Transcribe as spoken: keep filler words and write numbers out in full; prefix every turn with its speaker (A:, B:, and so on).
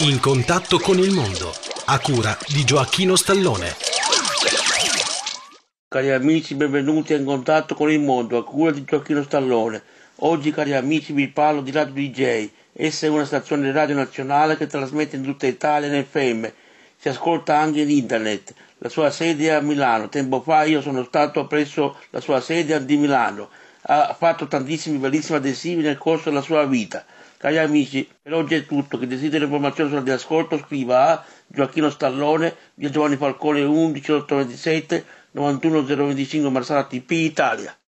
A: In contatto con il mondo, a cura di Gioacchino Stallone.
B: Cari amici, benvenuti a In contatto con il mondo, a cura di Gioacchino Stallone. Oggi, cari amici, vi parlo di Radio D J. Essa è una stazione radio nazionale che trasmette in tutta Italia in F M. Si ascolta anche in internet. La sua sede è a Milano. Tempo fa io sono stato presso la sua sede di Milano. Ha fatto tantissimi bellissimi adesivi nel corso della sua vita. Cari amici, per oggi è tutto. Chi desidera informazioni sulla di ascolto scriva a Gioacchino Stallone, via Giovanni Falcone undici ottocentoventisette novantuno zero venticinque Marsala T P Italia.